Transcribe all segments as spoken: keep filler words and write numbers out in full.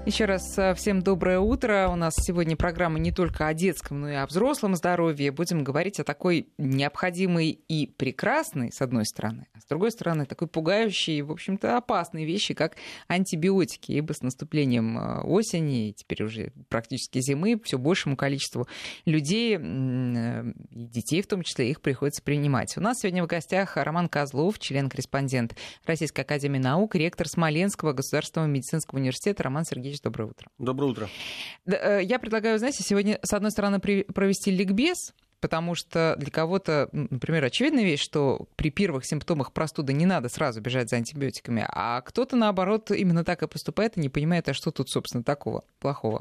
Еще раз всем доброе утро. У нас сегодня программа не только о детском, но и о взрослом здоровье. Будем говорить о такой необходимой и прекрасной, с одной стороны, а с другой стороны, такой пугающей и, в общем-то, опасной вещи, как антибиотики. Ибо с наступлением осени, и теперь уже практически зимы, все большему количеству людей, и детей в том числе, их приходится принимать. У нас сегодня в гостях Роман Козлов, член-корреспондент Российской академии наук, ректор Смоленского государственного медицинского университета. Роман Сергеевич, доброе утро. Доброе утро. Я предлагаю, знаете, сегодня, с одной стороны, провести ликбез, потому что для кого-то, например, очевидная вещь, что при первых симптомах простуды не надо сразу бежать за антибиотиками, а кто-то, наоборот, именно так и поступает и не понимает, а что тут, собственно, такого плохого.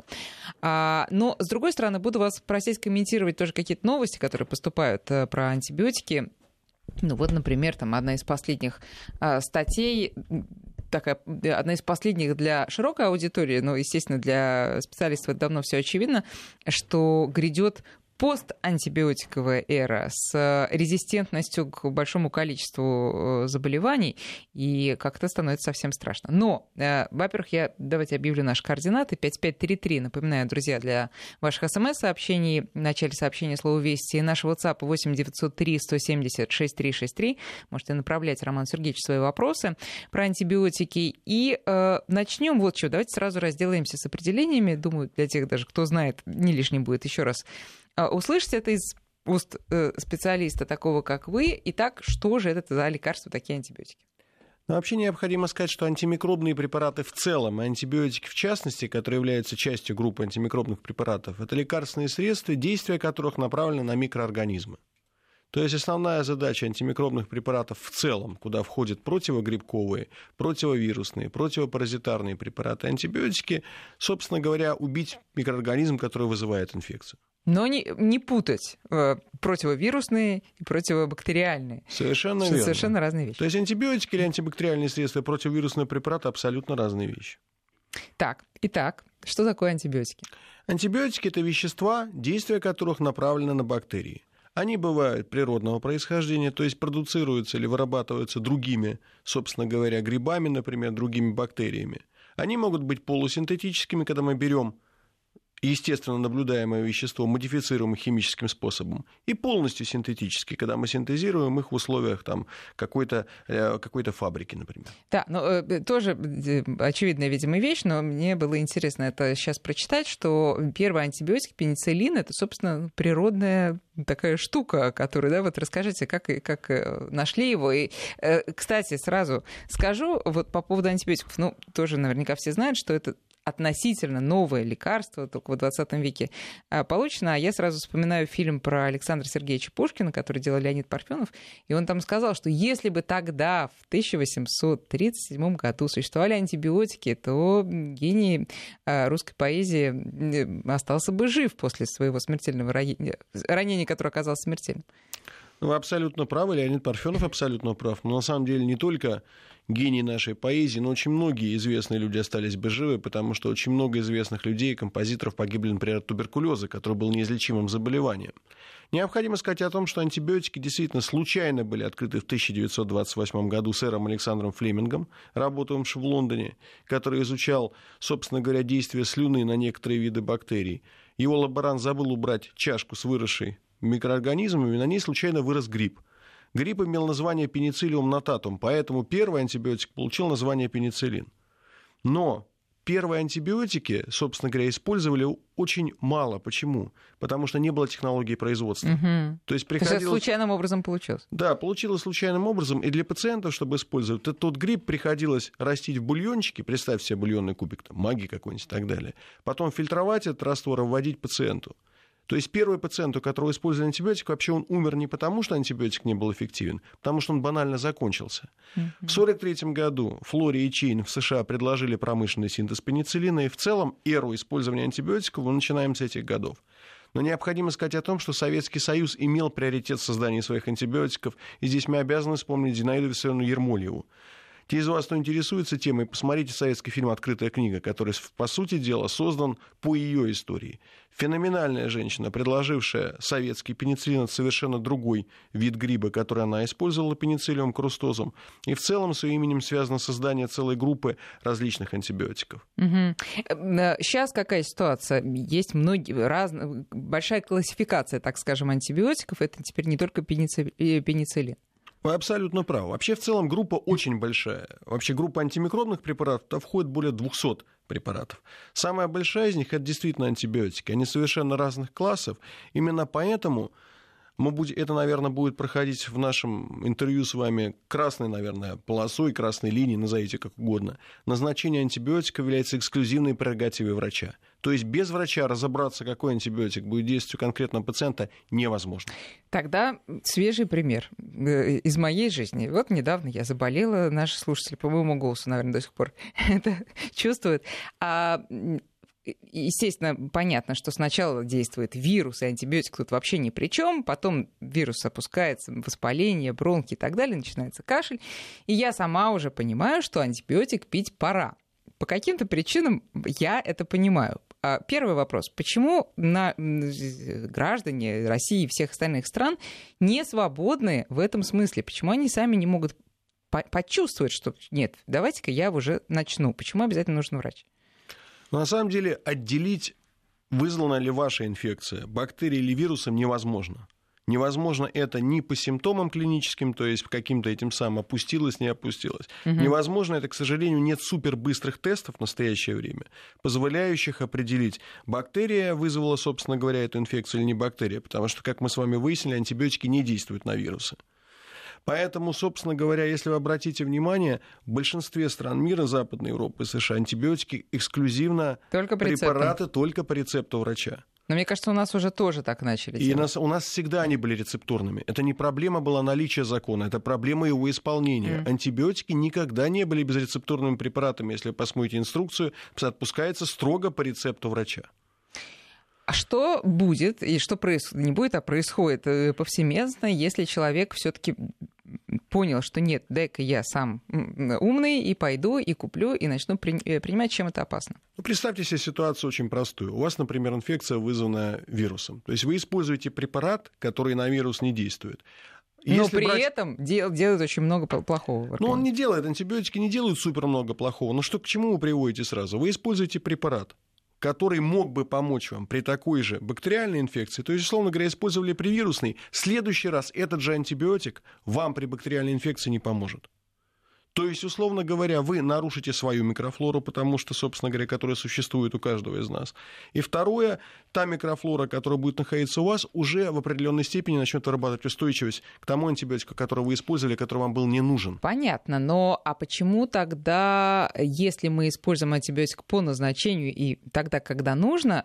А, но, с другой стороны, буду вас просить комментировать тоже какие-то новости, которые поступают про антибиотики. Ну вот, например, там одна из последних а, статей, такая, одна из последних для широкой аудитории, но, естественно, для специалистов это давно все очевидно, что грядет постантибиотиковая эра с резистентностью к большому количеству заболеваний, и как-то становится совсем страшно. Но, во-первых, я давайте объявлю наши координаты. пять пять три три, напоминаю, друзья, для ваших смс-сообщений, в начале сообщения слово «Вести», и нашего WhatsApp восемь девятьсот три сто семьдесят шесть триста шестьдесят три. Можете направлять Роману Сергеевичу свои вопросы про антибиотики. И э, начнем вот что. Давайте сразу разделаемся с определениями. Думаю, для тех даже, кто знает, не лишним будет еще раз услышать это из уст специалиста такого, как вы. Итак, что же это за лекарства, такие антибиотики? Но вообще необходимо сказать, что антимикробные препараты в целом, и антибиотики в частности, которые являются частью группы антимикробных препаратов, это лекарственные средства, действие которых направлено на микроорганизмы. То есть основная задача антимикробных препаратов в целом, куда входят противогрибковые, противовирусные, противопаразитарные препараты, антибиотики, собственно говоря, убить микроорганизм, который вызывает инфекцию. Но не, не путать э, противовирусные и противобактериальные. Совершенно верно. Совершенно разные вещи. То есть антибиотики или антибактериальные средства и противовирусные препараты абсолютно разные вещи. Так, итак, что такое антибиотики? Антибиотики – это вещества, действие которых направлено на бактерии. Они бывают природного происхождения, то есть продуцируются или вырабатываются другими, собственно говоря, грибами, например, другими бактериями. Они могут быть полусинтетическими, когда мы берем естественно наблюдаемое вещество, модифицируем их химическим способом, и полностью синтетически, когда мы синтезируем их в условиях там, какой-то, какой-то фабрики, например. Да, ну, тоже очевидная, видимо, вещь, но мне было интересно это сейчас прочитать, что первый антибиотик, пенициллин, это, собственно, природная такая штука, которую, да, вот расскажите, как, как нашли его. И, кстати, сразу скажу вот по поводу антибиотиков, ну, тоже наверняка все знают, что это относительно новое лекарство, только в двадцатом веке получено. А я сразу вспоминаю фильм про Александра Сергеевича Пушкина, который делал Леонид Парфенов, и он там сказал, что если бы тогда, в тысяча восемьсот тридцать седьмом году, существовали антибиотики, то гений русской поэзии остался бы жив после своего смертельного ранения, ранения, которое оказалось смертельным. Вы абсолютно правы, Леонид Парфенов абсолютно прав. Но на самом деле не только гений нашей поэзии, но очень многие известные люди остались бы живы, потому что очень много известных людей, композиторов погибли, например, от туберкулеза, который был неизлечимым заболеванием. Необходимо сказать о том, что антибиотики действительно случайно были открыты в тысяча девятьсот двадцать восьмом году сэром Александром Флемингом, работавшим в Лондоне, который изучал, собственно говоря, действие слюны на некоторые виды бактерий. Его лаборант забыл убрать чашку с выросшей микроорганизмами, и на ней случайно вырос гриб. Гриб имел название пенициллиум нотатум, поэтому первый антибиотик получил название пенициллин. Но первые антибиотики, собственно говоря, использовали очень мало. Почему? Потому что не было технологии производства. Угу. То есть приходилось... То есть случайным образом получилось? Да, получилось случайным образом. И для пациентов, чтобы использовать тот гриб, приходилось растить в бульончике, представь себе бульонный кубик, там, магги какой-нибудь и так далее. Потом фильтровать этот раствор и вводить пациенту. То есть первый пациент, у которого использовали антибиотик, вообще он умер не потому, что антибиотик не был эффективен, потому что он банально закончился. Uh-huh. В сорок третьем году Флори и Чейн в США предложили промышленный синтез пенициллина, и в целом эру использования антибиотиков мы начинаем с этих годов. Но необходимо сказать о том, что Советский Союз имел приоритет в создании своих антибиотиков, и здесь мы обязаны вспомнить Зинаиду Виссарионовну Ермольеву. Те из вас, кто интересуется темой, посмотрите советский фильм «Открытая книга», который, по сути дела, создан по ее истории. Феноменальная женщина, предложившая советский пенициллин, это совершенно другой вид гриба, который она использовала, пенициллиум крустозум. И в целом с ее именем связано создание целой группы различных антибиотиков. Угу. Сейчас какая ситуация? Есть многие разные, большая классификация, так скажем, антибиотиков. Это теперь не только пенициллин. Вы абсолютно правы. Вообще, в целом, группа очень большая. Вообще, группа антимикробных препаратов, туда входит более двухсот препаратов. Самая большая из них – это действительно антибиотики. Они совершенно разных классов. Именно поэтому мы будем, это, наверное, будет проходить в нашем интервью с вами красной, наверное, полосой, красной линией, назовите как угодно. Назначение антибиотика является эксклюзивной прерогативой врача. То есть без врача разобраться, какой антибиотик будет действовать у конкретного пациента, невозможно. Тогда свежий пример из моей жизни. Вот недавно я заболела, наши слушатели по моему голосу, наверное, до сих пор это чувствуют. А естественно, понятно, что сначала действует вирус, и антибиотик тут вообще ни при чем, потом вирус опускается, воспаление, бронхи и так далее, начинается кашель, и я сама уже понимаю, что антибиотик пить пора. По каким-то причинам я это понимаю. Первый вопрос. Почему на граждане России и всех остальных стран не свободны в этом смысле? Почему они сами не могут почувствовать, что нет, давайте-ка я уже начну? Почему обязательно нужен врач? Но на самом деле отделить, вызвана ли ваша инфекция бактерией или вирусом, невозможно. Невозможно это ни по симптомам клиническим, то есть каким-то этим самым опустилось, не опустилось. Угу. Невозможно это, к сожалению, нет супербыстрых тестов в настоящее время, позволяющих определить, бактерия вызвала, собственно говоря, эту инфекцию или не бактерия, потому что, как мы с вами выяснили, антибиотики не действуют на вирусы. Поэтому, собственно говоря, если вы обратите внимание, в большинстве стран мира, Западной Европы и США, антибиотики эксклюзивно только препараты только по рецепту врача. Но мне кажется, у нас уже тоже так начали делать. И нас, у нас всегда они были рецептурными. Это не проблема была наличия закона, это проблема его исполнения. Mm. Антибиотики никогда не были безрецептурными препаратами. Если вы посмотрите инструкцию, отпускается строго по рецепту врача. А что будет, и что происходит, не будет, а происходит повсеместно, если человек все-таки понял, что нет, дай-ка я сам умный, и пойду, и куплю, и начну при... принимать, чем это опасно? Ну, представьте себе ситуацию очень простую. У вас, например, инфекция, вызванная вирусом. То есть вы используете препарат, который на вирус не действует. Но Если при брать... этом дел, делает очень много плохого. Ну, он не делает, антибиотики не делают супер много плохого. Но что к чему вы приводите сразу? Вы используете препарат, который мог бы помочь вам при такой же бактериальной инфекции, то есть, условно говоря, использовали при вирусной, в следующий раз этот же антибиотик вам при бактериальной инфекции не поможет. То есть, условно говоря, вы нарушите свою микрофлору, потому что, собственно говоря, которая существует у каждого из нас. И второе, та микрофлора, которая будет находиться у вас, уже в определенной степени начнет вырабатывать устойчивость к тому антибиотику, который вы использовали, который вам был не нужен. Понятно, но а почему тогда, если мы используем антибиотик по назначению и тогда, когда нужно,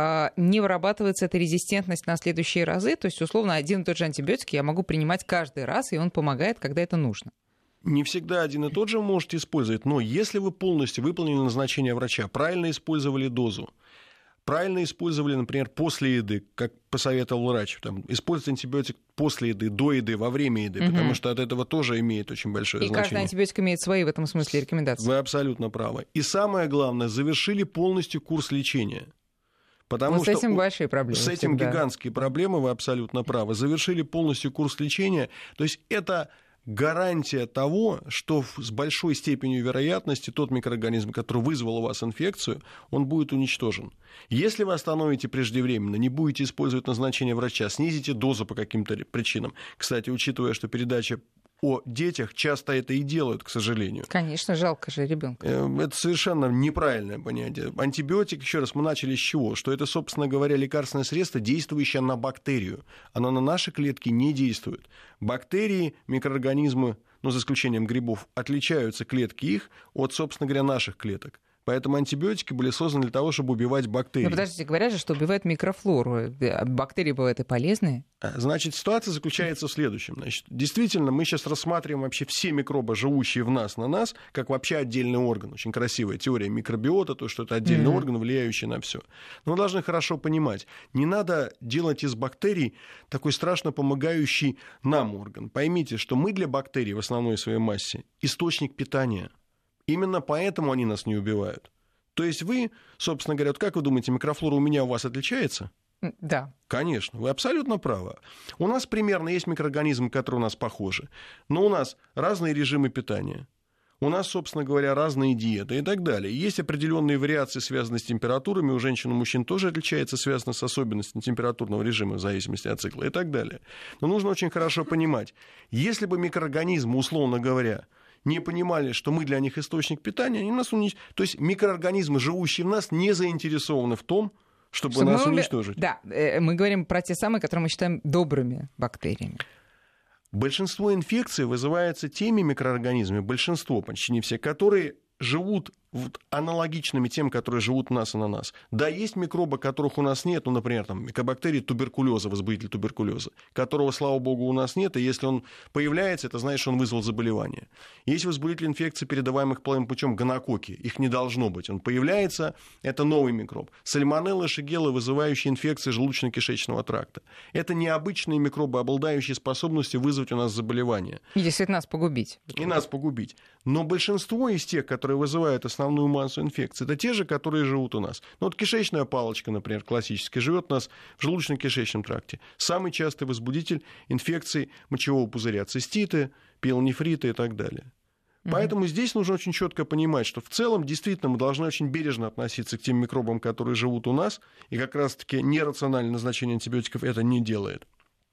не вырабатывается эта резистентность на следующие разы? То есть, условно, один и тот же антибиотик я могу принимать каждый раз, и он помогает, когда это нужно. Не всегда один и тот же можете использовать, но если вы полностью выполнили назначение врача, правильно использовали дозу, правильно использовали, например, после еды, как посоветовал врач, там, использовать антибиотик после еды, до еды, во время еды, угу. потому что от этого тоже имеет очень большое и значение. И каждый антибиотик имеет свои в этом смысле рекомендации. Вы абсолютно правы. И самое главное, завершили полностью курс лечения. Потому вот с этим что большие проблемы. С этим всегда. гигантские проблемы, вы абсолютно правы. Завершили полностью курс лечения. То есть это гарантия того, что с большой степенью вероятности тот микроорганизм, который вызвал у вас инфекцию, он будет уничтожен. Если вы остановите преждевременно, не будете использовать назначение врача, снизите дозу по каким-то причинам. Кстати, учитывая, что передача о детях часто это и делают, к сожалению. Конечно, жалко же ребенка. Это совершенно неправильное понятие. Антибиотик, еще раз, мы начали с чего? Что это, собственно говоря, лекарственное средство, действующее на бактерию. Оно на наши клетки не действует. Бактерии, микроорганизмы, ну, за исключением грибов, отличаются клетки их от, собственно говоря, наших клеток. Поэтому антибиотики были созданы для того, чтобы убивать бактерии. Но подождите, говорят же, что убивают микрофлору. Бактерии бывают и полезные. Значит, ситуация заключается в следующем. Значит, действительно, мы сейчас рассматриваем вообще все микробы, живущие в нас, на нас, как вообще отдельный орган. Очень красивая теория микробиота, то, что это отдельный mm-hmm. орган, влияющий на все. Но мы должны хорошо понимать, не надо делать из бактерий такой страшно помогающий нам орган. Поймите, что мы для бактерий в основной своей массе источник питания. Именно поэтому они нас не убивают. То есть вы, собственно говоря, вот как вы думаете, микрофлора у меня у вас отличается? Да. Конечно, вы абсолютно правы. У нас примерно есть микроорганизмы, которые у нас похожи, но у нас разные режимы питания. У нас, собственно говоря, разные диеты и так далее. Есть определенные вариации, связанные с температурами. У женщин и мужчин тоже отличается, связано с особенностями температурного режима в зависимости от цикла и так далее. Но нужно очень хорошо понимать, если бы микроорганизмы, условно говоря, не понимали, что мы для них источник питания, они нас уничтожат. То есть микроорганизмы, живущие в нас, не заинтересованы в том, чтобы что нас мы... уничтожить. Да, мы говорим про те самые, которые мы считаем добрыми бактериями. Большинство инфекций вызывается теми микроорганизмами, большинство, почти не все, которые живут вот аналогичными тем, которые живут у нас и на нас. Да, есть микробы, которых у нас нет, ну, например, там, микобактерии туберкулеза, возбудитель туберкулеза, которого, слава богу, у нас нет, и если он появляется, это значит, что он вызвал заболевание. Есть возбудитель инфекций, передаваемых половым путем, гонококки, их не должно быть. Он появляется, это новый микроб. Сальмонелла, шигелла, вызывающие инфекции желудочно-кишечного тракта. Это необычные микробы, обладающие способностью вызвать у нас заболевание. И действительно нас погубить. И нас погубить. Но большинство из тех, которые вызывают основную массу инфекций, это те же, которые живут у нас. Ну, вот кишечная палочка, например, классическая, живет у нас в желудочно-кишечном тракте. Самый частый возбудитель инфекций мочевого пузыря, циститы, пиелонефриты и так далее. Mm-hmm. Поэтому здесь нужно очень четко понимать, что в целом действительно мы должны очень бережно относиться к тем микробам, которые живут у нас, и как раз-таки нерациональное назначение антибиотиков это не делает.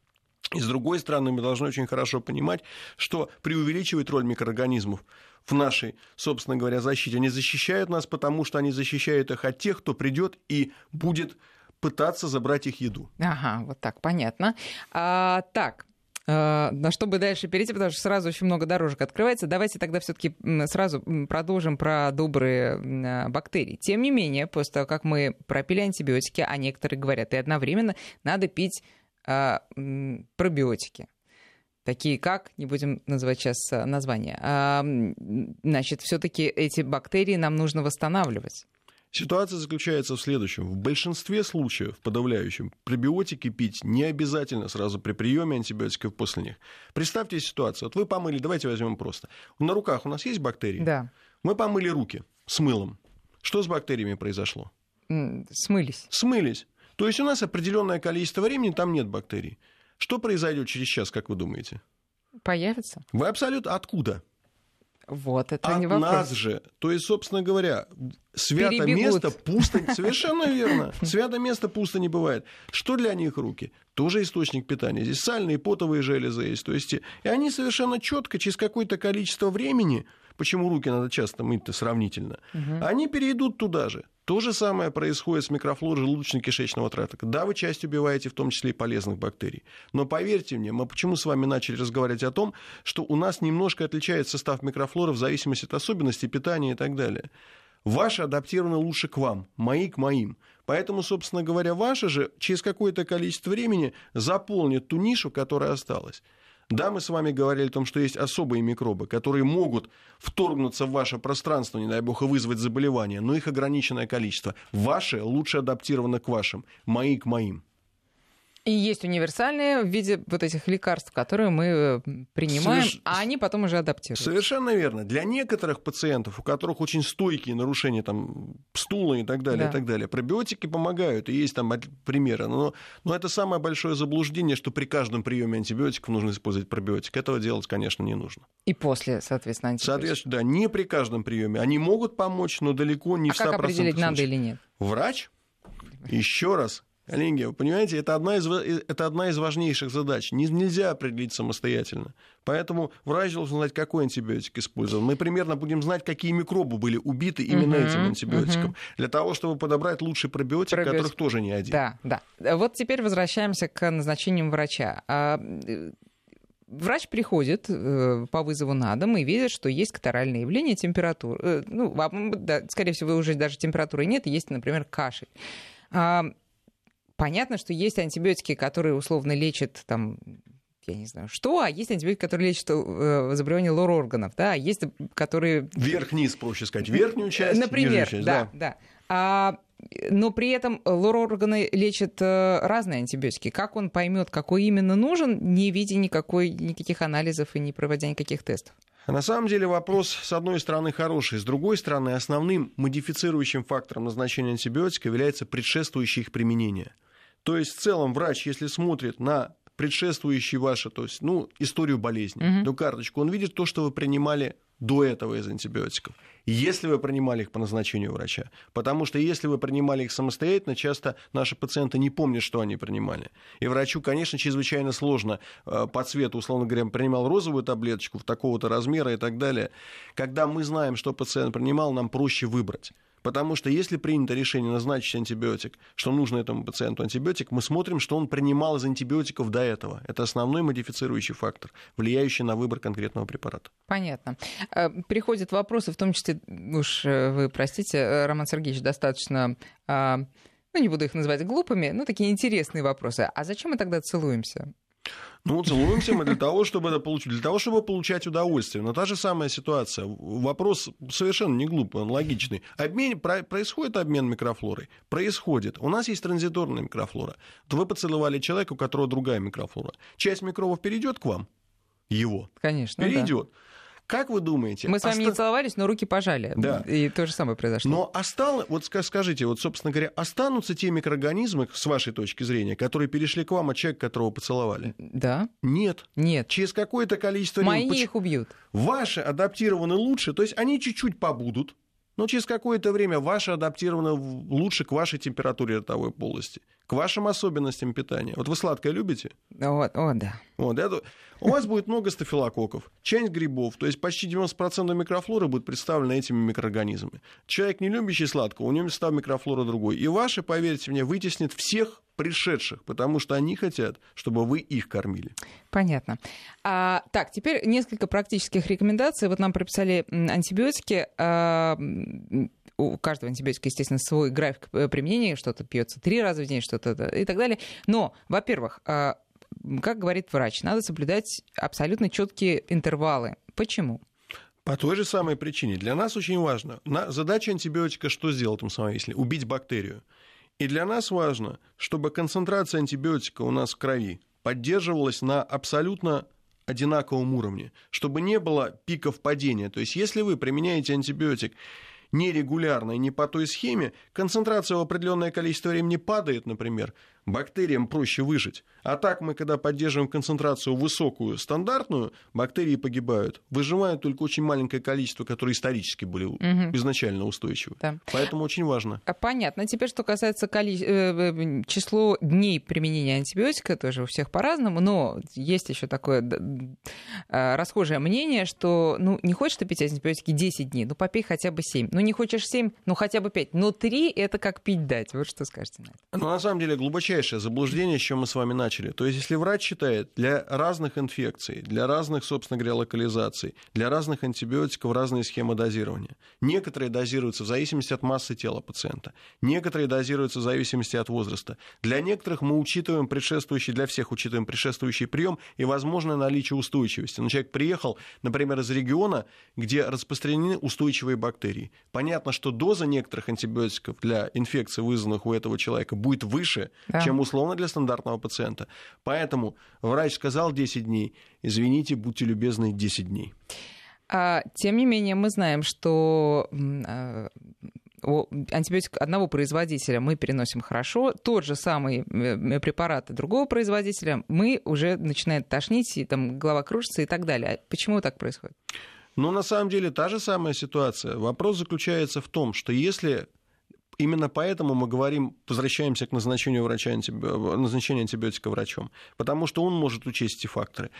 И с другой стороны, мы должны очень хорошо понимать, что преувеличивать роль микроорганизмов в нашей, собственно говоря, защите. Они защищают нас, потому что они защищают их от тех, кто придет и будет пытаться забрать их еду. Ага, вот так, понятно. А, так, на что бы дальше перейти, потому что сразу очень много дорожек открывается. Давайте тогда все-таки сразу продолжим про добрые бактерии. Тем не менее, после того, как мы пропили антибиотики, а некоторые говорят, и одновременно надо пить а, пробиотики. Такие как, не будем называть сейчас названия, а, значит, все-таки эти бактерии нам нужно восстанавливать. Ситуация заключается в следующем. В большинстве случаев, в подавляющем, пробиотики пить не обязательно сразу при приеме антибиотиков после них. Представьте ситуацию. Вот вы помыли, давайте возьмем просто. На руках у нас есть бактерии? Да. Мы помыли руки с мылом. Что с бактериями произошло? Смылись. Смылись. То есть у нас определенное количество времени, там нет бактерий. Что произойдет через час, как вы думаете? Появится. Вы абсолютно откуда? Вот, это От не вопрос. нас же. То есть, собственно говоря, свято место пусто... Совершенно верно. Свято место пусто не бывает. Что для них руки? Тоже источник питания. Здесь сальные, потовые железы есть. То есть, и они совершенно четко через какое-то количество времени, почему руки надо часто мыть-то сравнительно, угу. они перейдут туда же. То же самое происходит с микрофлорой желудочно-кишечного тракта. Да, вы часть убиваете, в том числе и полезных бактерий. Но поверьте мне, мы почему с вами начали разговаривать о том, что у нас немножко отличается состав микрофлоры в зависимости от особенностей питания и так далее. Ваши адаптированы лучше к вам, мои к моим. Поэтому, собственно говоря, ваши же через какое-то количество времени заполнят ту нишу, которая осталась. Да, мы с вами говорили о том, что есть особые микробы, которые могут вторгнуться в ваше пространство, не дай бог, и вызвать заболевание, но их ограниченное количество. Ваши лучше адаптированы к вашим, мои к моим. И есть универсальные в виде вот этих лекарств, которые мы принимаем, Соверш... а они потом уже адаптируются. Совершенно верно. Для некоторых пациентов, у которых очень стойкие нарушения там, стула и так далее, да. и так далее, пробиотики помогают, и есть там примеры. Но, но это самое большое заблуждение, что при каждом приеме антибиотиков нужно использовать пробиотик. Этого делать, конечно, не нужно. И после, соответственно, антибиотиков. Соответственно, да, не при каждом приеме. Они могут помочь, но далеко не а в ста процентах как определить, случаев. Надо или нет? Врач, еще раз, коллеги, вы понимаете, это одна из, это одна из важнейших задач. Не, нельзя определить самостоятельно. Поэтому врач должен знать, какой антибиотик использован. Мы примерно будем знать, какие микробы были убиты именно uh-huh, этим антибиотиком. Uh-huh. Для того, чтобы подобрать лучший пробиотик, Пробиотик. которых тоже не один. Да, да. Вот теперь возвращаемся к назначениям врача. врач приходит по вызову на дом и видит, что есть катаральное явление, температура. Ну, да, скорее всего, уже даже температуры нет, есть, например, кашель. Понятно, что есть антибиотики, которые условно лечат там, я не знаю что, а есть антибиотики, которые лечат э, заболевание лор-органов, да, а есть, которые... Вверх-вниз, проще сказать, верхнюю часть, например, нижнюю часть, да, да. да. А, но при этом лор-органы лечат э, разные антибиотики. Как он поймет, какой именно нужен, не видя никакой, никаких анализов и не проводя никаких тестов? На самом деле вопрос, с одной стороны, хороший, с другой стороны, основным модифицирующим фактором назначения антибиотика является предшествующее их применение. То есть, в целом, врач, если смотрит на предшествующие ваши, то есть, ну, историю болезни, mm-hmm. эту карточку, он видит то, что вы принимали до этого из антибиотиков, если вы принимали их по назначению врача. Потому что если вы принимали их самостоятельно, часто наши пациенты не помнят, что они принимали. И врачу, конечно, чрезвычайно сложно по цвету, условно говоря, принимал розовую таблеточку в такого-то размера и так далее. Когда мы знаем, что пациент принимал, нам проще выбрать. Потому что если принято решение назначить антибиотик, что нужно этому пациенту антибиотик, мы смотрим, что он принимал из антибиотиков до этого. Это основной модифицирующий фактор, влияющий на выбор конкретного препарата. Понятно. Приходят вопросы, в том числе, уж вы простите, Роман Сергеевич, достаточно, ну, не буду их называть глупыми, но такие интересные вопросы. А зачем мы тогда целуемся? Ну, целуемся мы для того, чтобы это получить, для того, чтобы получать удовольствие. Но та же самая ситуация. Вопрос совершенно не глупый, он логичный. Обмен, происходит обмен микрофлорой? Происходит. У нас есть транзиторная микрофлора. То вы поцеловали человека, у которого другая микрофлора. Часть микробов перейдет к вам? Его. Конечно, перейдет. Да. Как вы думаете? Мы с вами оста... не целовались, но руки пожали. Да. И то же самое произошло. Но осталось, вот скажите, вот, собственно говоря, останутся те микроорганизмы, с вашей точки зрения, которые перешли к вам от человека, которого поцеловали? Да. Нет. Нет. Через какое-то количество времени... Мои их убьют. Ваши адаптированы лучше, то есть они чуть-чуть побудут, но через какое-то время ваши адаптированы лучше к вашей температуре ротовой полости, к вашим особенностям питания. Вот вы сладкое любите? Вот, о, да. Вот, это... У вас будет много стафилококков, часть грибов, то есть почти девяносто процентов микрофлоры будет представлена этими микроорганизмами. Человек, не любящий сладкого, у него состав микрофлоры другой. И ваши, поверьте мне, вытеснят всех пришедших, потому что они хотят, чтобы вы их кормили. Понятно. А, так, теперь несколько практических рекомендаций. Вот нам прописали антибиотики. А, у каждого антибиотика, естественно, свой график применения. Что-то пьется три раза в день, что-то и так далее. Но, во-первых, как говорит врач, надо соблюдать абсолютно четкие интервалы. Почему? По той же самой причине. Для нас очень важно. Задача антибиотика что сделать, если убить бактерию. И для нас важно, чтобы концентрация антибиотика у нас в крови поддерживалась на абсолютно одинаковом уровне, чтобы не было пиков падения. То есть если вы применяете антибиотик нерегулярно и не по той схеме, концентрация в определенное количество времени падает, например, бактериям проще выжить. А так мы, когда поддерживаем концентрацию высокую, стандартную, бактерии погибают. Выживают только очень маленькое количество, которые исторически были угу. изначально устойчивы. Да. Поэтому очень важно. Понятно. Теперь, что касается коли... число дней применения антибиотика, тоже у всех по-разному, но есть еще такое расхожее мнение, что ну, не хочешь ты пить антибиотики десять дней, ну попей хотя бы семь. Ну не хочешь семь, ну хотя бы пять. Но три это как пить дать. Вот что скажете на это. Ну, на самом деле, глубочайшее заблуждение, с чем мы с вами начали. То есть, если врач считает для разных инфекций, для разных, собственно говоря, локализаций, для разных антибиотиков разные схемы дозирования. Некоторые дозируются в зависимости от массы тела пациента, некоторые дозируются в зависимости от возраста. Для некоторых мы учитываем предшествующий, для всех учитываем предшествующий прием и возможное наличие устойчивости. Но человек приехал, например, из региона, где распространены устойчивые бактерии. Понятно, что доза некоторых антибиотиков для инфекций, вызванных у этого человека, будет выше, да. чем условно для стандартного пациента. Поэтому врач сказал десять дней, извините, будьте любезны, десять дней. А, тем не менее, мы знаем, что антибиотик одного производителя мы переносим хорошо, тот же самый препарат другого производителя мы уже начинаем тошнить, и там голова кружится и так далее. Почему так происходит? Ну, на самом деле, та же самая ситуация. Вопрос заключается в том, что если... Именно поэтому мы говорим, возвращаемся к назначению, врача, назначению антибиотика врачом, потому что он может учесть эти факторы.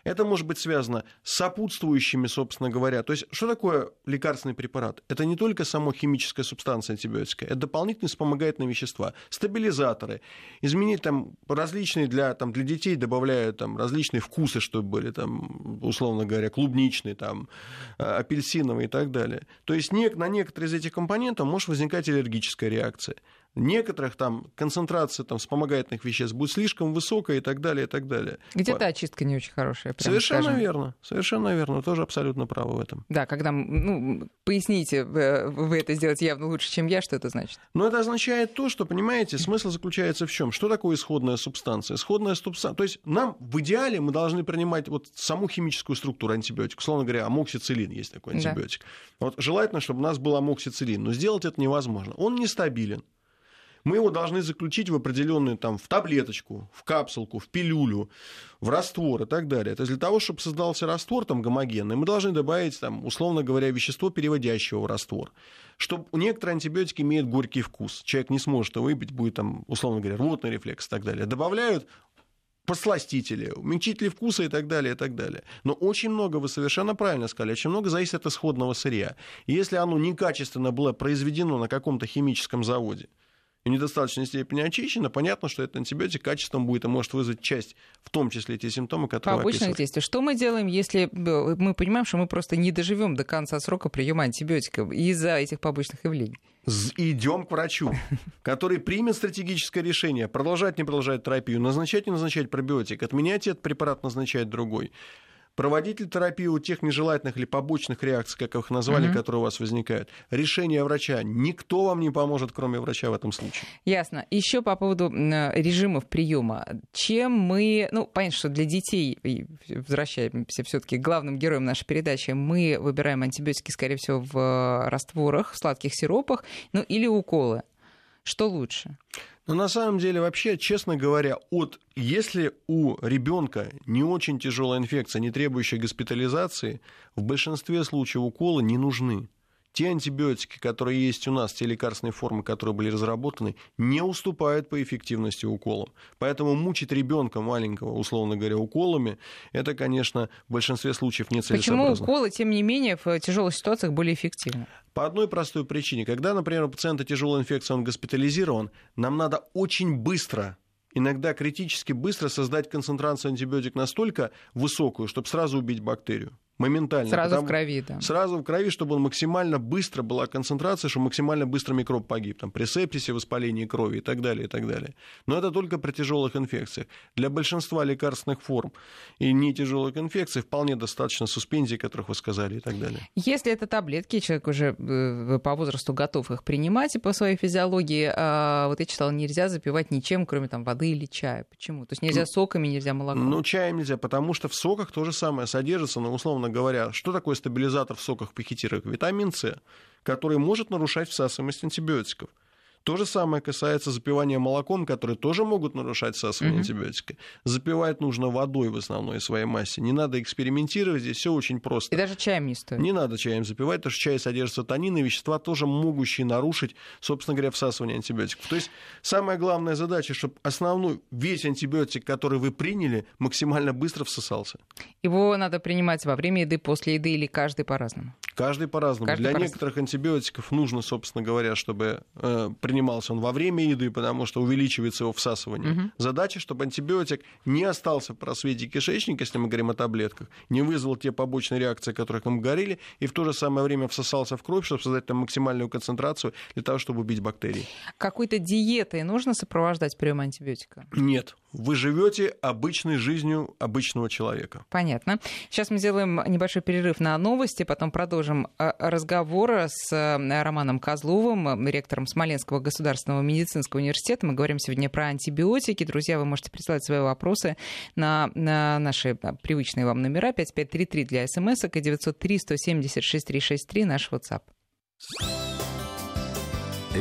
Это может быть связано с сопутствующими, собственно говоря. То есть, что такое лекарственный препарат? Это не только сама химическая субстанция антибиотика, это дополнительные вспомогательные вещества, стабилизаторы, изменить там различные для, там, для детей добавляют там, различные вкусы, чтобы были, там, условно говоря, клубничные, там, апельсиновые и так далее. То есть на некоторые из этих компонентов может возникать аллергическая реакция. Некоторых там концентрация там, вспомогательных веществ будет слишком высокая и так далее, и так далее. Где-то очистка не очень хорошая. Совершенно скажем. верно, совершенно верно, вы тоже абсолютно правы в этом. Да, когда, ну, поясните, вы это сделаете явно лучше, чем я, что это значит? Ну, это означает то, что, понимаете, смысл заключается в чем? Что такое исходная субстанция? Исходная субстанция, то есть нам в идеале мы должны принимать вот саму химическую структуру антибиотика. Условно говоря, амоксициллин есть такой антибиотик. Да. Вот желательно, чтобы у нас был амоксициллин, но сделать это невозможно. Он нестабилен. Мы его должны заключить в определенную, там, в таблеточку, в капсулку, в пилюлю, в раствор и так далее. То есть для того, чтобы создался раствор там, гомогенный, мы должны добавить, там, условно говоря, вещество, переводящее в раствор. Чтобы некоторые антибиотики имеют горький вкус. Человек не сможет его выпить, будет, там, условно говоря, рвотный рефлекс и так далее. Добавляют подсластители, уменьшители вкуса и так далее, и так далее. Но очень много, вы совершенно правильно сказали, очень много зависит от исходного сырья. И если оно некачественно было произведено на каком-то химическом заводе, и в недостаточной степени очищено, понятно, что этот антибиотик качеством будет и может вызвать часть, в том числе те симптомы, которые побочных действий. Что мы делаем, если мы понимаем, что мы просто не доживем до конца срока приема антибиотиков из-за этих побочных явлений? Идем к врачу, который примет стратегическое решение, продолжать, не продолжать терапию, назначать, не назначать пробиотик, отменять этот препарат, назначать другой. Проводить ли терапию у тех нежелательных или побочных реакций, как их назвали, mm-hmm. которые у вас возникают. Решение врача. Никто вам не поможет, кроме врача в этом случае. Ясно. Еще по поводу режимов приема. Чем мы... Ну, понятно, что для детей, возвращаемся все-таки к главным героям нашей передачи, мы выбираем антибиотики, скорее всего, в растворах, в сладких сиропах, ну или уколы. Что лучше? Но на самом деле, вообще, честно говоря, от, если у ребенка не очень тяжелая инфекция, не требующая госпитализации, в большинстве случаев уколы не нужны. Те антибиотики, которые есть у нас, те лекарственные формы, которые были разработаны, не уступают по эффективности уколам. Поэтому мучить ребенка маленького, условно говоря, уколами, это, конечно, в большинстве случаев нецелесообразно. Почему уколы, тем не менее, в тяжелых ситуациях более эффективны? По одной простой причине. Когда, например, у пациента тяжелая инфекция, он госпитализирован, нам надо очень быстро, иногда критически быстро создать концентрацию антибиотика настолько высокую, чтобы сразу убить бактерию. Моментально. Сразу потому, в крови, да. Сразу в крови, чтобы он максимально быстро была концентрация, чтобы максимально быстро микроб погиб. Там, при сепсисе, воспалении крови и так далее, и так далее. Но это только при тяжелых инфекциях. Для большинства лекарственных форм и не тяжелых инфекций вполне достаточно суспензий, которых вы сказали, и так далее. Если это таблетки, человек уже по возрасту готов их принимать и по своей физиологии, а вот я читала, нельзя запивать ничем, кроме там, воды или чая. Почему? То есть нельзя соками, нельзя молоком? Ну, чаем нельзя, потому что в соках то же самое содержится, но, условно говоря, что такое стабилизатор в соках похитирок? Витамин С, который может нарушать всасываемость антибиотиков. То же самое касается запивания молоком, которые тоже могут нарушать всасывание mm-hmm. антибиотика. Запивать нужно водой в основной своей массе. Не надо экспериментировать, здесь все очень просто. И даже чаем не стоит. Не надо чаем запивать, потому что в чае содержатся танины, вещества, тоже могущие нарушить, собственно говоря, всасывание антибиотиков. То есть самая главная задача, чтобы основной весь антибиотик, который вы приняли, максимально быстро всосался. Его надо принимать во время еды, после еды или каждый по-разному? Каждый по-разному. Каждый Для по-разному. некоторых антибиотиков нужно, собственно говоря, чтобы э, принимался он во время еды, потому что увеличивается его всасывание. Угу. Задача, чтобы антибиотик не остался в просвете кишечника, если мы говорим о таблетках, не вызвал те побочные реакции, о которых мы говорили, и в то же самое время всосался в кровь, чтобы создать там максимальную концентрацию для того, чтобы убить бактерии. Какой-то диетой нужно сопровождать прием антибиотика? Нет. Вы живете обычной жизнью обычного человека. Понятно. Сейчас мы сделаем небольшой перерыв на новости, потом продолжим разговор с Романом Козловым, ректором Смоленского государственного медицинского университета. Мы говорим сегодня про антибиотики. Друзья, вы можете присылать свои вопросы на, на наши привычные вам номера пять пять три три для смс-ок и девять ноль три сто семьдесят шесть триста шестьдесят три наш WhatsApp.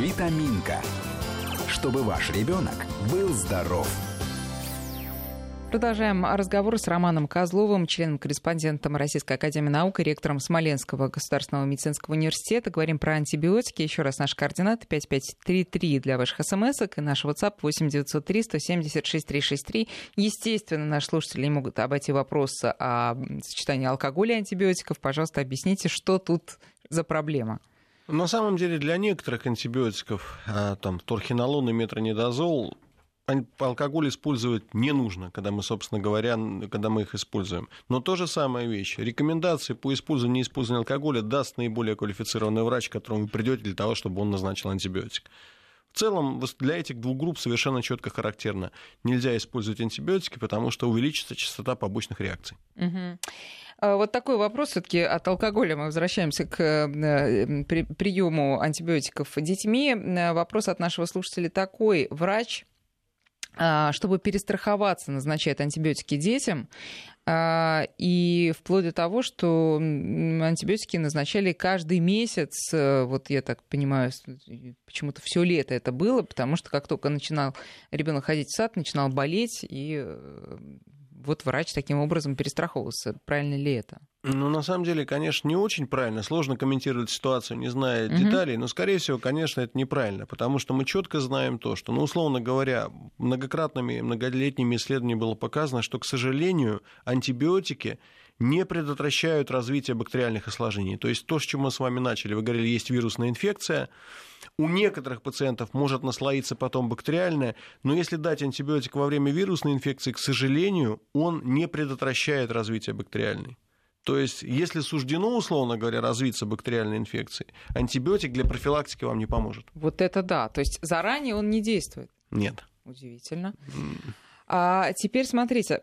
Витаминка. Чтобы ваш ребенок был здоров. Продолжаем разговор с Романом Козловым, членом-корреспондентом Российской академии наук и ректором Смоленского государственного медицинского университета. Говорим про антибиотики. Еще раз наши координаты пять пять три три для ваших смс-ок и наш WhatsApp восемь девятьсот три сто семьдесят шесть триста шестьдесят три. Естественно, наши слушатели не могут обойти вопрос о сочетании алкоголя и антибиотиков. Пожалуйста, объясните, что тут за проблема. На самом деле для некоторых антибиотиков, там, торхинолон и метронидазол, алкоголь использовать не нужно, когда мы, собственно говоря, когда мы их используем. Но то же самая вещь. Рекомендации по использованию и неиспользованию алкоголя даст наиболее квалифицированный врач, к которому вы придете для того, чтобы он назначил антибиотик. В целом, для этих двух групп совершенно четко характерно. Нельзя использовать антибиотики, потому что увеличится частота побочных реакций. Угу. Вот такой вопрос все-таки от алкоголя. Мы возвращаемся к приему антибиотиков детьми. Вопрос от нашего слушателя такой. Врач, чтобы перестраховаться, назначает антибиотики детям, и вплоть до того, что антибиотики назначали каждый месяц, вот я так понимаю, почему-то все лето это было, потому что как только начинал ребенок ходить в сад, начинал болеть, и вот врач таким образом перестраховывался. Правильно ли это? Ну, на самом деле, конечно, не очень правильно. Сложно комментировать ситуацию, не зная mm-hmm. деталей. Но, скорее всего, конечно, это неправильно. Потому что мы четко знаем то, что, ну, условно говоря, многократными, многолетними исследованиями было показано, что, к сожалению, антибиотики не предотвращают развитие бактериальных осложнений. То есть то, с чем мы с вами начали. Вы говорили, есть вирусная инфекция. У некоторых пациентов может наслоиться потом бактериальная, но если дать антибиотик во время вирусной инфекции, к сожалению, он не предотвращает развитие бактериальной. То есть, если суждено, условно говоря, развиться бактериальной инфекцией, антибиотик для профилактики вам не поможет. Вот это да. То есть заранее он не действует? Нет. Удивительно. А теперь смотрите,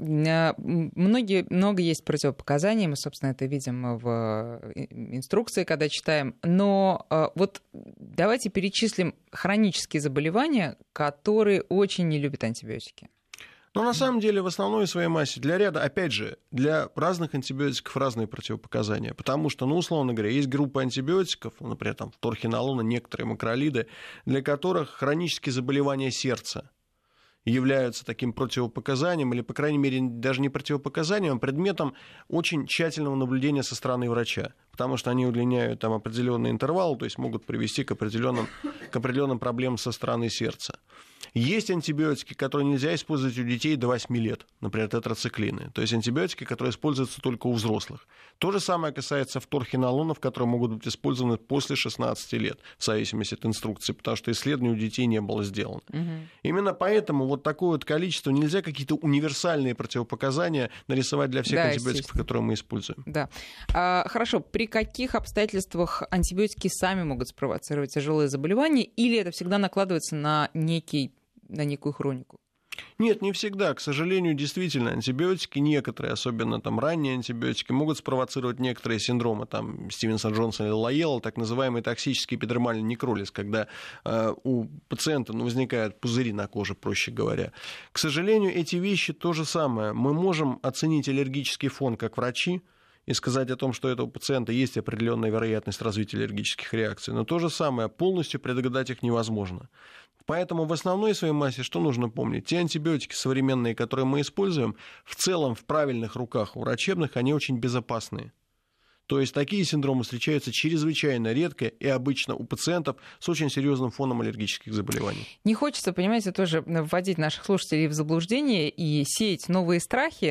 многие, много есть противопоказаний, мы, собственно, это видим в инструкции, когда читаем, но вот давайте перечислим хронические заболевания, которые очень не любят антибиотики. Но на самом деле в основной своей массе для ряда, опять же, для разных антибиотиков разные противопоказания, потому что, ну, условно говоря, есть группа антибиотиков, например, там, торхинолона, некоторые макролиды, для которых хронические заболевания сердца являются таким противопоказанием, или, по крайней мере, даже не противопоказанием, а предметом очень тщательного наблюдения со стороны врача, потому что они удлиняют там определенный интервал, то есть могут привести к определенным, к определенным проблемам со стороны сердца. Есть антибиотики, которые нельзя использовать у детей до восьми лет, например, тетрациклины, то есть антибиотики, которые используются только у взрослых. То же самое касается торхинолонов, которые могут быть использованы после шестнадцати лет, в зависимости от инструкции, потому что исследований у детей не было сделано. Угу. Именно поэтому вот такое вот количество, нельзя какие-то универсальные противопоказания нарисовать для всех да, антибиотиков, которые мы используем. Да. А, хорошо, при каких обстоятельствах антибиотики сами могут спровоцировать тяжелые заболевания, или это всегда накладывается на некий на некую хронику? Нет, не всегда. К сожалению, действительно, антибиотики некоторые, особенно там ранние антибиотики, могут спровоцировать некоторые синдромы, там, Стивенсон-Джонсон или Лоелла, так называемый токсический эпидермальный некролиз, когда э, у пациента ну, возникают пузыри на коже, проще говоря. К сожалению, эти вещи то же самое. Мы можем оценить аллергический фон как врачи, и сказать о том, что у этого пациента есть определенная вероятность развития аллергических реакций. Но то же самое, полностью предугадать их невозможно. Поэтому в основной своей массе что нужно помнить? Те антибиотики современные, которые мы используем, в целом в правильных руках у врачебных, они очень безопасные. То есть такие синдромы встречаются чрезвычайно редко и обычно у пациентов с очень серьезным фоном аллергических заболеваний. Не хочется, понимаете, тоже вводить наших слушателей в заблуждение и сеять новые страхи,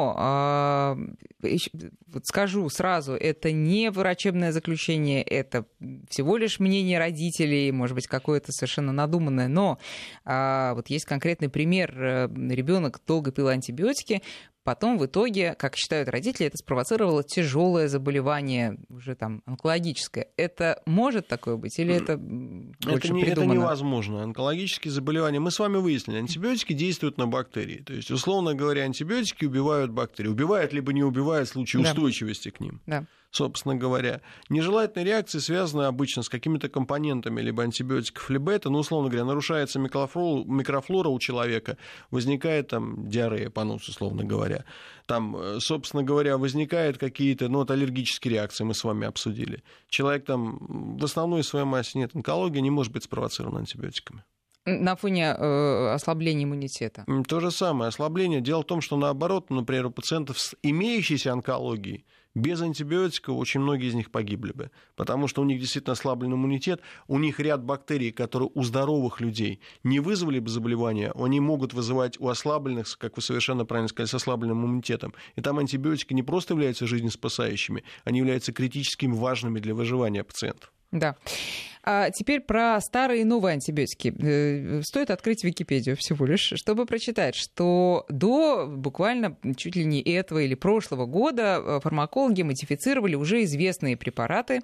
но э, вот скажу сразу, это не врачебное заключение, это всего лишь мнение родителей, может быть, какое-то совершенно надуманное, но э, вот есть конкретный пример, ребенок долго пил антибиотики, потом в итоге, как считают родители, это спровоцировало тяжелое заболевание, уже там онкологическое. Это может такое быть или это больше это не, придумано? Это невозможно. Онкологические заболевания, мы с вами выяснили, антибиотики действуют на бактерии. То есть, условно говоря, антибиотики убивают бактерии. Убивают либо не убивают в случае да. устойчивости к ним. Да. Собственно говоря. Нежелательные реакции связаны обычно с какими-то компонентами либо антибиотиков, либо это, ну, условно говоря, нарушается микрофлора, микрофлора у человека, возникает там диарея, понос, условно говоря. Там, собственно говоря, возникают какие-то, ну, вот аллергические реакции, мы с вами обсудили. Человек там в основной своей массе нет онкологии, не может быть спровоцирован антибиотиками. На фоне э, ослабления иммунитета. То же самое. Ослабление. Дело в том, что наоборот, например, у пациентов с имеющейся онкологией без антибиотиков очень многие из них погибли бы, потому что у них действительно ослаблен иммунитет, у них ряд бактерий, которые у здоровых людей не вызвали бы заболевания, они могут вызывать у ослабленных, как вы совершенно правильно сказали, с ослабленным иммунитетом. И там антибиотики не просто являются жизнеспасающими, они являются критически важными для выживания пациентов. Да. А теперь про старые и новые антибиотики. Стоит открыть Википедию всего лишь, чтобы прочитать, что до буквально чуть ли не этого или прошлого года фармакологи модифицировали уже известные препараты.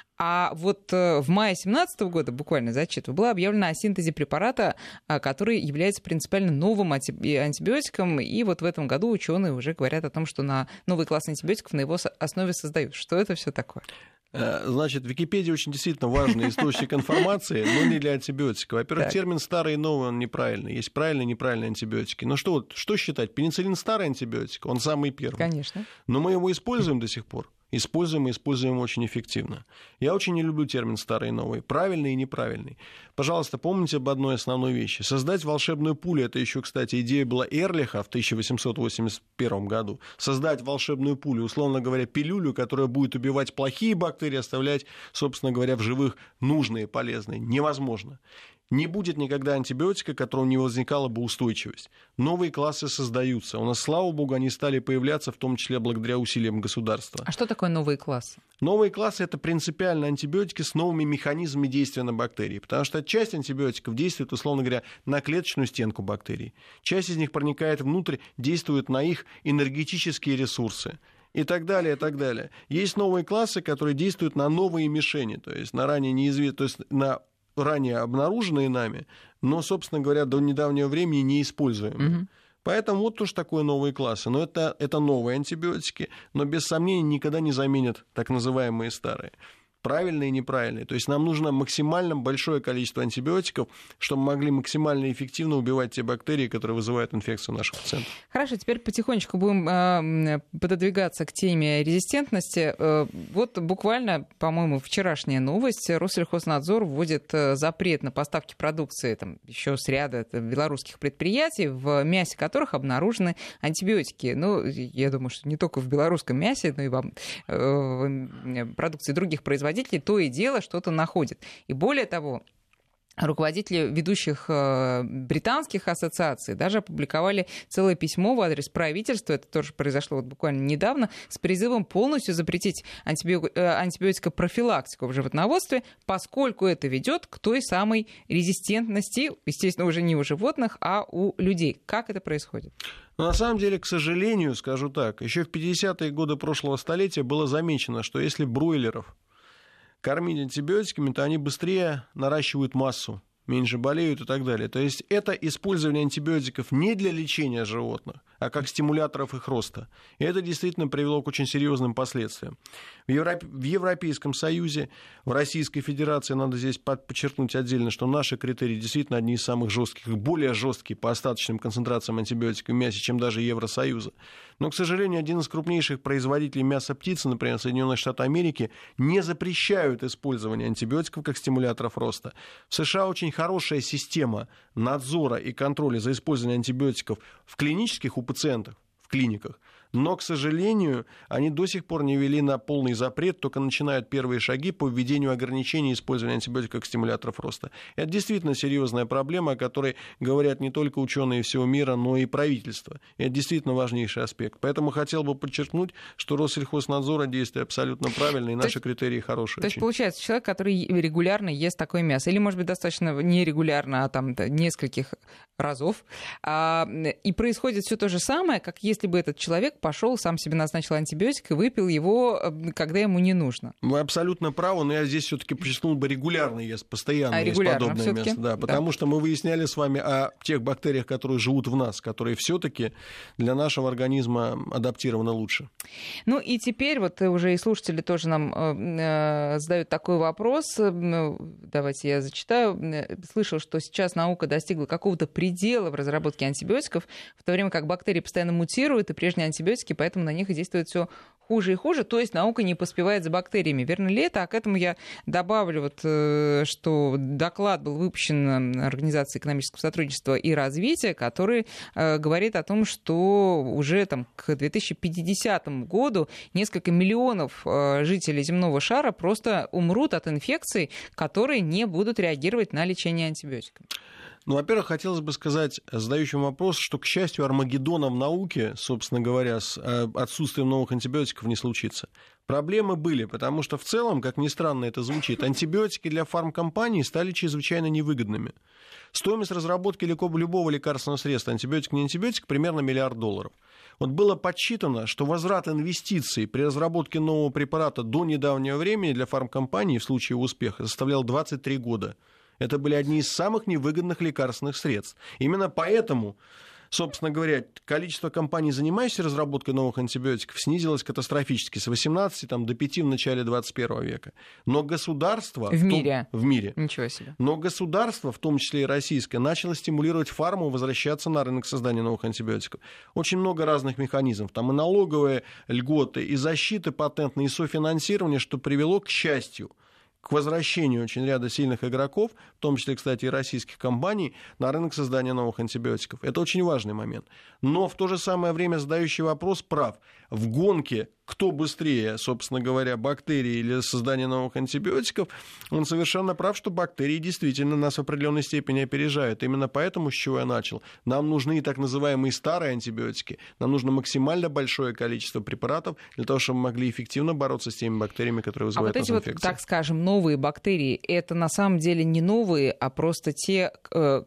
А вот в мае две тысячи семнадцатого года, буквально зачитываю, было объявлено о синтезе препарата, который является принципиально новым антибиотиком. И вот в этом году ученые уже говорят о том, что на новый класс антибиотиков на его основе создают. Что это все такое? Значит, Википедия очень действительно важный источник информации, но не для антибиотика. Во-первых, так. термин «старый» и «новый» он неправильный. Есть правильные и неправильные антибиотики. Но что, что считать? Пенициллин — старый антибиотик, он самый первый. Конечно. Но мы его используем до сих пор. Используем и используем очень эффективно. Я очень не люблю термин «старый» и «новый», правильный и неправильный. Пожалуйста, помните об одной основной вещи. Создать волшебную пулю, это еще, кстати, идея была Эрлиха в тысяча восемьсот восемьдесят первом году. Создать волшебную пулю, условно говоря, пилюлю, которая будет убивать плохие бактерии, оставлять, собственно говоря, в живых нужные, полезные. Невозможно. Не будет никогда антибиотика, которого не возникала бы устойчивость. Новые классы создаются. У нас, слава богу, они стали появляться, в том числе благодаря усилиям государства. А что такое новые классы? Новые классы — это принципиально антибиотики с новыми механизмами действия на бактерии. Потому что часть антибиотиков действует, условно говоря, на клеточную стенку бактерий. Часть из них проникает внутрь, действует на их энергетические ресурсы. И так далее, и так далее. Есть новые классы, которые действуют на новые мишени, то есть на ранее неизвестные, то есть на ранее обнаруженные нами, но, собственно говоря, до недавнего времени неиспользуемые. Угу. Поэтому вот тоже такое новые классы. Но это, это новые антибиотики, но без сомнения никогда не заменят так называемые старые. Правильные и неправильные. То есть нам нужно максимально большое количество антибиотиков, чтобы мы могли максимально эффективно убивать те бактерии, которые вызывают инфекцию наших пациентов. Хорошо, теперь потихонечку будем э, пододвигаться к теме резистентности. Э, вот буквально, по-моему, вчерашняя новость. Россельхознадзор вводит запрет на поставки продукции там, еще с ряда белорусских предприятий, в мясе которых обнаружены антибиотики. Ну, я думаю, что не только в белорусском мясе, но и в э, продукции других производителей то и дело что-то находит. И более того, руководители ведущих британских ассоциаций даже опубликовали целое письмо в адрес правительства, это тоже произошло вот буквально недавно, с призывом полностью запретить антибиотикопрофилактику в животноводстве, поскольку это ведет к той самой резистентности, естественно, уже не у животных, а у людей. Как это происходит? Но на самом деле, к сожалению, скажу так, еще в пятидесятые годы прошлого столетия было замечено, что если бройлеров кормить антибиотиками, то они быстрее наращивают массу, меньше болеют и так далее. То есть это использование антибиотиков не для лечения животных, а как стимуляторов их роста. И это действительно привело к очень серьезным последствиям. В, Европ... в Европейском Союзе, в Российской Федерации, надо здесь подчеркнуть отдельно, что наши критерии действительно одни из самых жестких, более жесткие по остаточным концентрациям антибиотиков в мясе, чем даже Евросоюза. Но, к сожалению, один из крупнейших производителей мяса птицы, например, Соединенные Штаты Америки, не запрещают использование антибиотиков как стимуляторов роста. В США очень хорошая система надзора и контроля за использованием антибиотиков в клинических у пациентов, в клиниках. Но, к сожалению, они до сих пор не ввели на полный запрет, только начинают первые шаги по введению ограничений использования антибиотиков как стимуляторов роста. Это действительно серьезная проблема, о которой говорят не только ученые всего мира, но и правительство. И это действительно важнейший аспект. Поэтому хотел бы подчеркнуть, что Россельхознадзора действия абсолютно правильные, и наши есть, критерии хорошие. То очень. есть, получается, человек, который регулярно ест такое мясо, или, может быть, достаточно нерегулярно, а там нескольких разов, а, и происходит все то же самое, как если бы этот человек пошел, сам себе назначил антибиотик и выпил его, когда ему не нужно. Вы абсолютно правы, но я здесь все-таки подчеркнул бы регулярно ест, постоянно а, ест подобное мясо. Да, потому да. что мы выясняли с вами о тех бактериях, которые живут в нас, которые все-таки для нашего организма адаптированы лучше. Ну и теперь вот уже и слушатели тоже нам э, задают такой вопрос. Давайте я зачитаю. Слышал, что сейчас наука достигла какого-то предела в разработке антибиотиков, в то время как бактерии постоянно мутируют, и прежние антибиотики, поэтому на них действует все хуже и хуже, то есть наука не поспевает за бактериями. Верно ли это? А к этому я добавлю, вот, что доклад был выпущен Организацией экономического сотрудничества и развития, который э, говорит о том, что уже там, к две тысячи пятидесятому году несколько миллионов э, жителей земного шара просто умрут от инфекций, которые не будут реагировать на лечение антибиотиками. Ну, во-первых, хотелось бы сказать задающему вопрос, что, к счастью, Армагеддона в науке, собственно говоря, с отсутствием новых антибиотиков не случится. Проблемы были, потому что в целом, как ни странно это звучит, антибиотики для фармкомпаний стали чрезвычайно невыгодными. Стоимость разработки любого лекарственного средства, антибиотик не антибиотик, примерно миллиард долларов. Вот было подсчитано, что возврат инвестиций при разработке нового препарата до недавнего времени для фармкомпаний в случае успеха составлял двадцать три года. Это были одни из самых невыгодных лекарственных средств. Именно поэтому, собственно говоря, количество компаний, занимающихся разработкой новых антибиотиков, снизилось катастрофически с восемнадцати там, до пяти в начале двадцать первого века. Но государство... В, в мире? В мире. Ничего себе. Но государство, в том числе и российское, начало стимулировать фарму возвращаться на рынок создания новых антибиотиков. Очень много разных механизмов. Там и налоговые льготы, и защиты патентные, и софинансирование, что привело, к счастью, к возвращению очень ряда сильных игроков, в том числе, кстати, и российских компаний, на рынок создания новых антибиотиков. Это очень важный момент. Но в то же самое время задающий вопрос прав. В гонке, кто быстрее, собственно говоря, бактерии или создание новых антибиотиков, он совершенно прав, что бактерии действительно нас в определенной степени опережают. Именно поэтому, с чего я начал, нам нужны и так называемые старые антибиотики, нам нужно максимально большое количество препаратов для того, чтобы мы могли эффективно бороться с теми бактериями, которые вызывают а вот эти инфекции. Вот, так скажем, новые бактерии, это на самом деле не новые, а просто те, э,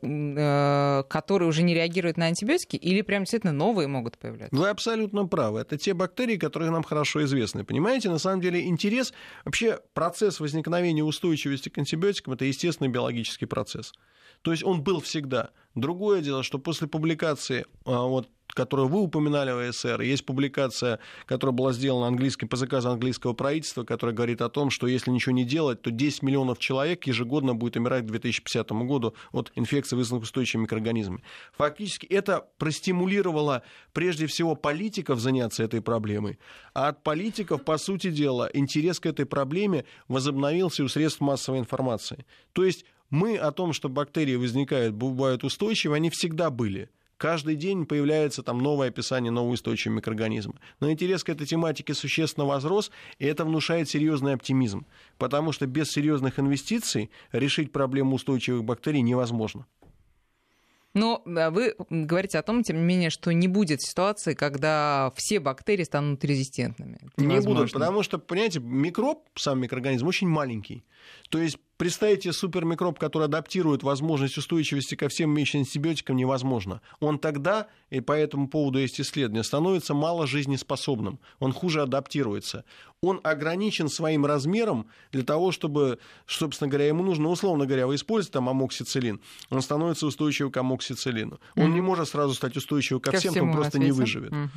э, которые уже не реагируют на антибиотики, или прям действительно новые могут появляться? Вы абсолютно правы. Это те бактерии, которые нам хорошо известны. Понимаете, на самом деле интерес, вообще процесс возникновения устойчивости к антибиотикам — это естественный биологический процесс. То есть он был всегда. Другое дело, что после публикации, вот, которую вы упоминали в ОСР, есть публикация, которая была сделана английским, по заказу английского правительства, которая говорит о том, что если ничего не делать, то десять миллионов человек ежегодно будет умирать к две тысячи пятидесятому году от инфекций, вызванных устойчивыми микроорганизмами. Фактически это простимулировало прежде всего политиков заняться этой проблемой, а от политиков, по сути дела, интерес к этой проблеме возобновился у средств массовой информации. То есть мы о том, что бактерии возникают, бывают устойчивы, они всегда были. Каждый день появляется там новое описание нового устойчивого микроорганизма. Но интерес к этой тематике существенно возрос, и это внушает серьезный оптимизм. Потому что без серьезных инвестиций решить проблему устойчивых бактерий невозможно. Но вы говорите о том, тем не менее, что не будет ситуации, когда все бактерии станут резистентными. Не будут, потому что, понимаете, микроб, сам микроорганизм, очень маленький. То есть представьте супермикроб, который адаптирует возможность устойчивости ко всем имеющимся антибиотикам, невозможно. Он тогда, и по этому поводу есть исследования, становится мало жизнеспособным. Он хуже адаптируется. Он ограничен своим размером для того, чтобы, собственно говоря, ему нужно, условно говоря, вы используете там амоксициллин, он становится устойчивым к амоксициллину. Он mm-hmm. не может сразу стать устойчивым ко, ко всем, он просто не выживет. Mm-hmm.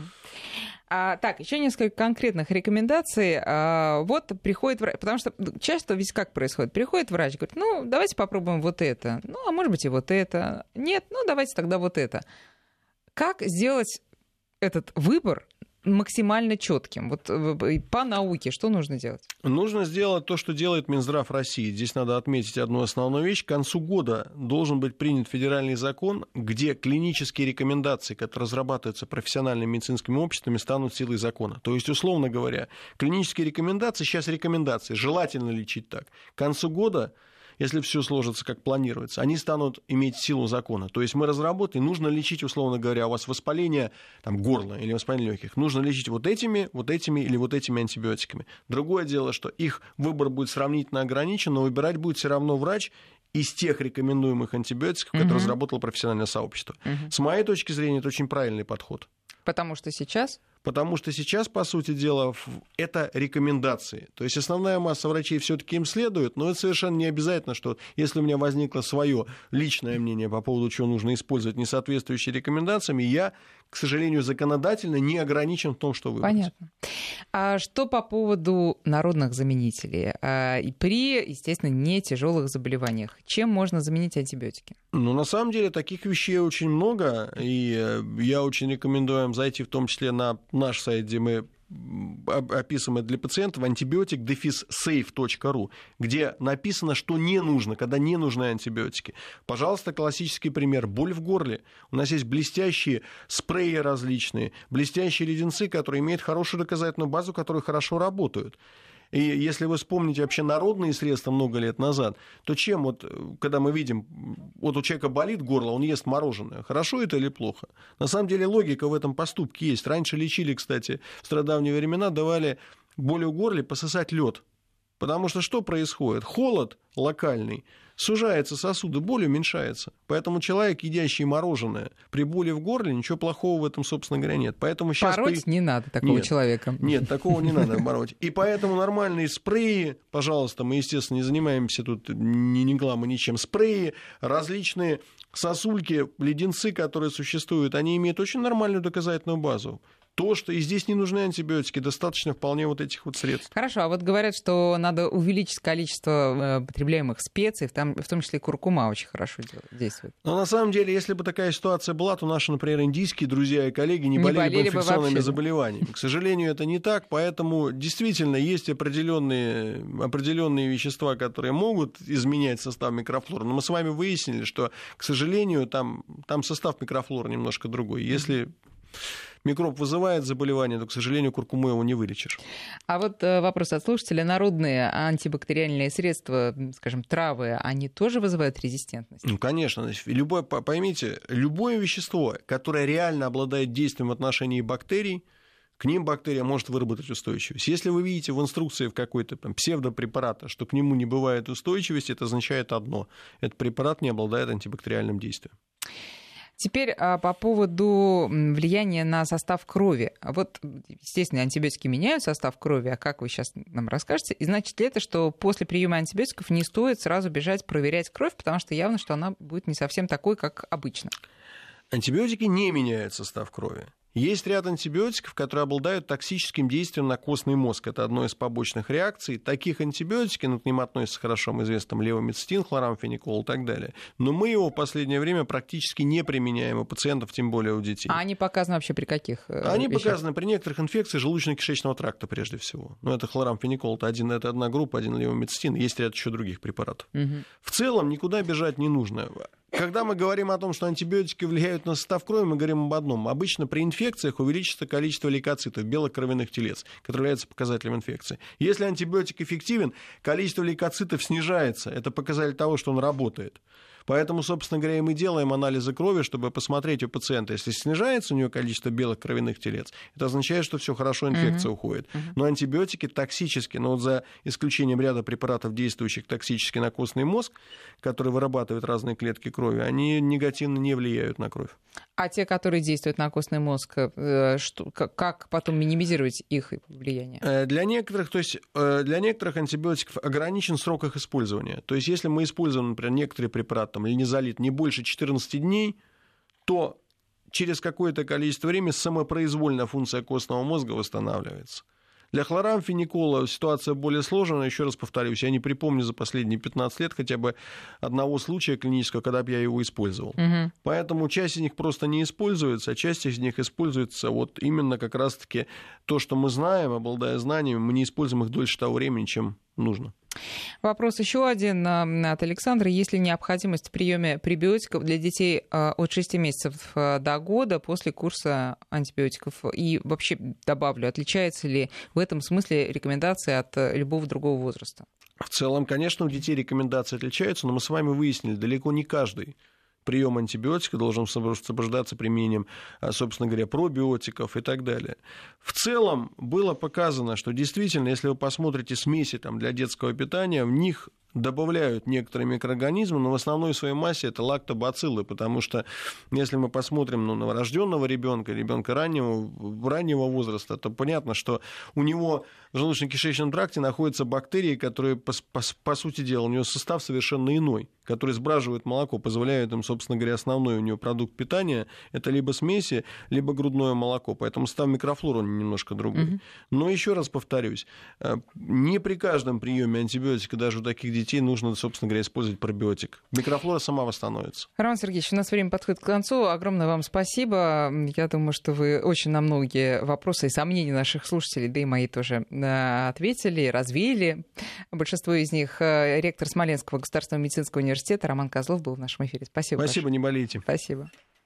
А, так, еще несколько конкретных рекомендаций. А, вот приходит врач, потому что часто ведь как происходит? Приходит врач, говорит, ну, давайте попробуем вот это. Ну, а может быть и вот это. Нет, ну, давайте тогда вот это. Как сделать этот выбор максимально четким? Вот по науке что нужно делать? Нужно сделать то, что делает Минздрав России. Здесь надо отметить одну основную вещь. К концу года должен быть принят федеральный закон, где клинические рекомендации, которые разрабатываются профессиональными медицинскими обществами, станут силой закона. То есть, условно говоря, клинические рекомендации, сейчас рекомендации, желательно лечить так. К концу года, если все сложится как планируется, они станут иметь силу закона. То есть мы разработали, нужно лечить, условно говоря, у вас воспаление там, горла или воспаление легких, нужно лечить вот этими, вот этими или вот этими антибиотиками. Другое дело, что их выбор будет сравнительно ограничен, но выбирать будет все равно врач из тех рекомендуемых антибиотиков, которые uh-huh. разработало профессиональное сообщество. Uh-huh. С моей точки зрения, это очень правильный подход. Потому что сейчас... Потому что сейчас, по сути дела, это рекомендации. То есть основная масса врачей все-таки им следует, но это совершенно не обязательно, что если у меня возникло свое личное мнение по поводу, чего нужно использовать, не соответствующее рекомендациям, я, к сожалению, законодательно не ограничен в том, что выбрать. Понятно. А что по поводу народных заменителей? И при, естественно, не тяжелых заболеваниях. Чем можно заменить антибиотики? Ну, на самом деле, таких вещей очень много, и я очень рекомендую вам зайти в том числе на наш сайт, где мы описываем для пациентов, антибиотик дефис сейф точка ру, где написано, что не нужно, когда не нужны антибиотики. Пожалуйста, классический пример. Боль в горле. У нас есть блестящие спреи различные, блестящие леденцы, которые имеют хорошую доказательную базу, которые хорошо работают. И если вы вспомните вообще народные средства много лет назад, то чем, вот, когда мы видим, вот у человека болит горло, он ест мороженое, хорошо это или плохо? На самом деле логика в этом поступке есть. Раньше лечили, кстати, в стародавние времена, давали боли в горле пососать лед. Потому что что происходит? Холод локальный, сужаются сосуды, боль уменьшается. Поэтому человек, едящий мороженое, при боли в горле, ничего плохого в этом, собственно говоря, нет. Поэтому сейчас пороть при... не надо такого нет, человека. Нет, такого не надо пороть. И поэтому нормальные спреи, пожалуйста, мы, естественно, не занимаемся тут ни, ни гламма, ничем. Спреи, различные сосульки, леденцы, которые существуют, они имеют очень нормальную доказательную базу. То, что и здесь не нужны антибиотики, достаточно вполне вот этих вот средств. Хорошо, а вот говорят, что надо увеличить количество потребляемых специй, в том, в том числе куркума очень хорошо действует. Но на самом деле, если бы такая ситуация была, то наши, например, индийские друзья и коллеги не, не болели, болели бы инфекционными бы заболеваниями. К сожалению, это не так, поэтому действительно есть определенные, определенные вещества, которые могут изменять состав микрофлоры. Но мы с вами выяснили, что, к сожалению, там, там состав микрофлоры немножко другой. Если микроб вызывает заболевание, то, к сожалению, куркуму его не вылечишь. А вот э, вопрос от слушателя. Народные антибактериальные средства, скажем, травы, они тоже вызывают резистентность? Ну, конечно. Любое, поймите, любое вещество, которое реально обладает действием в отношении бактерий, к ним бактерия может выработать устойчивость. Если вы видите в инструкции в какой-то там псевдопрепарата, что к нему не бывает устойчивости, это означает одно. Этот препарат не обладает антибактериальным действием. Теперь а, по поводу влияния на состав крови. Вот, естественно, антибиотики меняют состав крови, а как вы сейчас нам расскажете? И значит ли это, что после приема антибиотиков не стоит сразу бежать проверять кровь, потому что явно, что она будет не совсем такой, как обычно? Антибиотики не меняют состав крови. Есть ряд антибиотиков, которые обладают токсическим действием на костный мозг. Это одна из побочных реакций. Таких антибиотики, ну, к ним относятся хорошо известный там, левомицетин, хлорамфеникол и так далее. Но мы его в последнее время практически не применяем у пациентов, тем более у детей. А они показаны вообще при каких Они вещах? показаны при некоторых инфекциях желудочно-кишечного тракта прежде всего. Ну, это хлорамфеникол, это, один, это одна группа, один левомицетин. Есть ряд еще других препаратов. Угу. В целом никуда бежать не нужно. Когда мы говорим о том, что антибиотики влияют на состав крови, мы говорим об одном. Обычно при инфекциях увеличится количество лейкоцитов, белых кровяных телец, которые являются показателем инфекции. Если антибиотик эффективен, количество лейкоцитов снижается. Это показатель того, что он работает. Поэтому, собственно говоря, мы делаем анализы крови, чтобы посмотреть у пациента. Если снижается у него количество белых кровяных телец, это означает, что все хорошо, инфекция uh-huh. уходит. Uh-huh. Но антибиотики токсически, но вот за исключением ряда препаратов, действующих токсически на костный мозг, которые вырабатывают разные клетки крови, они негативно не влияют на кровь. А те, которые действуют на костный мозг, что, как потом минимизировать их влияние? Для некоторых, то есть для некоторых антибиотиков ограничен срок их использования. То есть если мы используем, например, некоторые препараты, там, линизолид, не больше четырнадцати дней, то через какое-то количество времени самопроизвольная функция костного мозга восстанавливается. Для хлорамфеникола ситуация более сложная. Еще раз повторюсь, я не припомню за последние пятнадцать лет хотя бы одного случая клинического, когда бы я его использовал. Угу. Поэтому часть из них просто не используется, а часть из них используется вот именно как раз-таки то, что мы знаем, обладая знаниями, мы не используем их дольше того времени, чем нужно. Вопрос еще один от Александра. Есть ли необходимость в приеме пребиотиков для детей от шести месяцев до года после курса антибиотиков? И вообще, добавлю, отличается ли в этом смысле рекомендации от любого другого возраста? В целом, конечно, у детей рекомендации отличаются, но мы с вами выяснили, далеко не каждый прием антибиотика должен сопровождаться применением, собственно говоря, пробиотиков и так далее. В целом было показано, что действительно, если вы посмотрите смеси там, для детского питания, в них добавляют некоторые микроорганизмы, но в основной своей массе это лактобациллы, потому что если мы посмотрим на новорожденного ребенка, ребенка раннего, раннего возраста, то понятно, что у него в желудочно-кишечном тракте находятся бактерии, которые, по, по, по сути дела, у него состав совершенно иной, которые сбраживают молоко, позволяют им, собственно говоря, основной у него продукт питания, это либо смеси, либо грудное молоко, поэтому состав микрофлоры он немножко другой. Mm-hmm. Но еще раз повторюсь, не при каждом приеме антибиотика, даже у таких детей, детей нужно, собственно говоря, использовать пробиотик. Микрофлора сама восстановится. Роман Сергеевич, у нас время подходит к концу. Огромное вам спасибо. Я думаю, что вы очень на многие вопросы и сомнения наших слушателей, да и мои тоже, ответили, развеяли. Большинство из них. Ректор Смоленского государственного медицинского университета Роман Козлов был в нашем эфире. Спасибо. Спасибо, большое. Не болейте. Спасибо.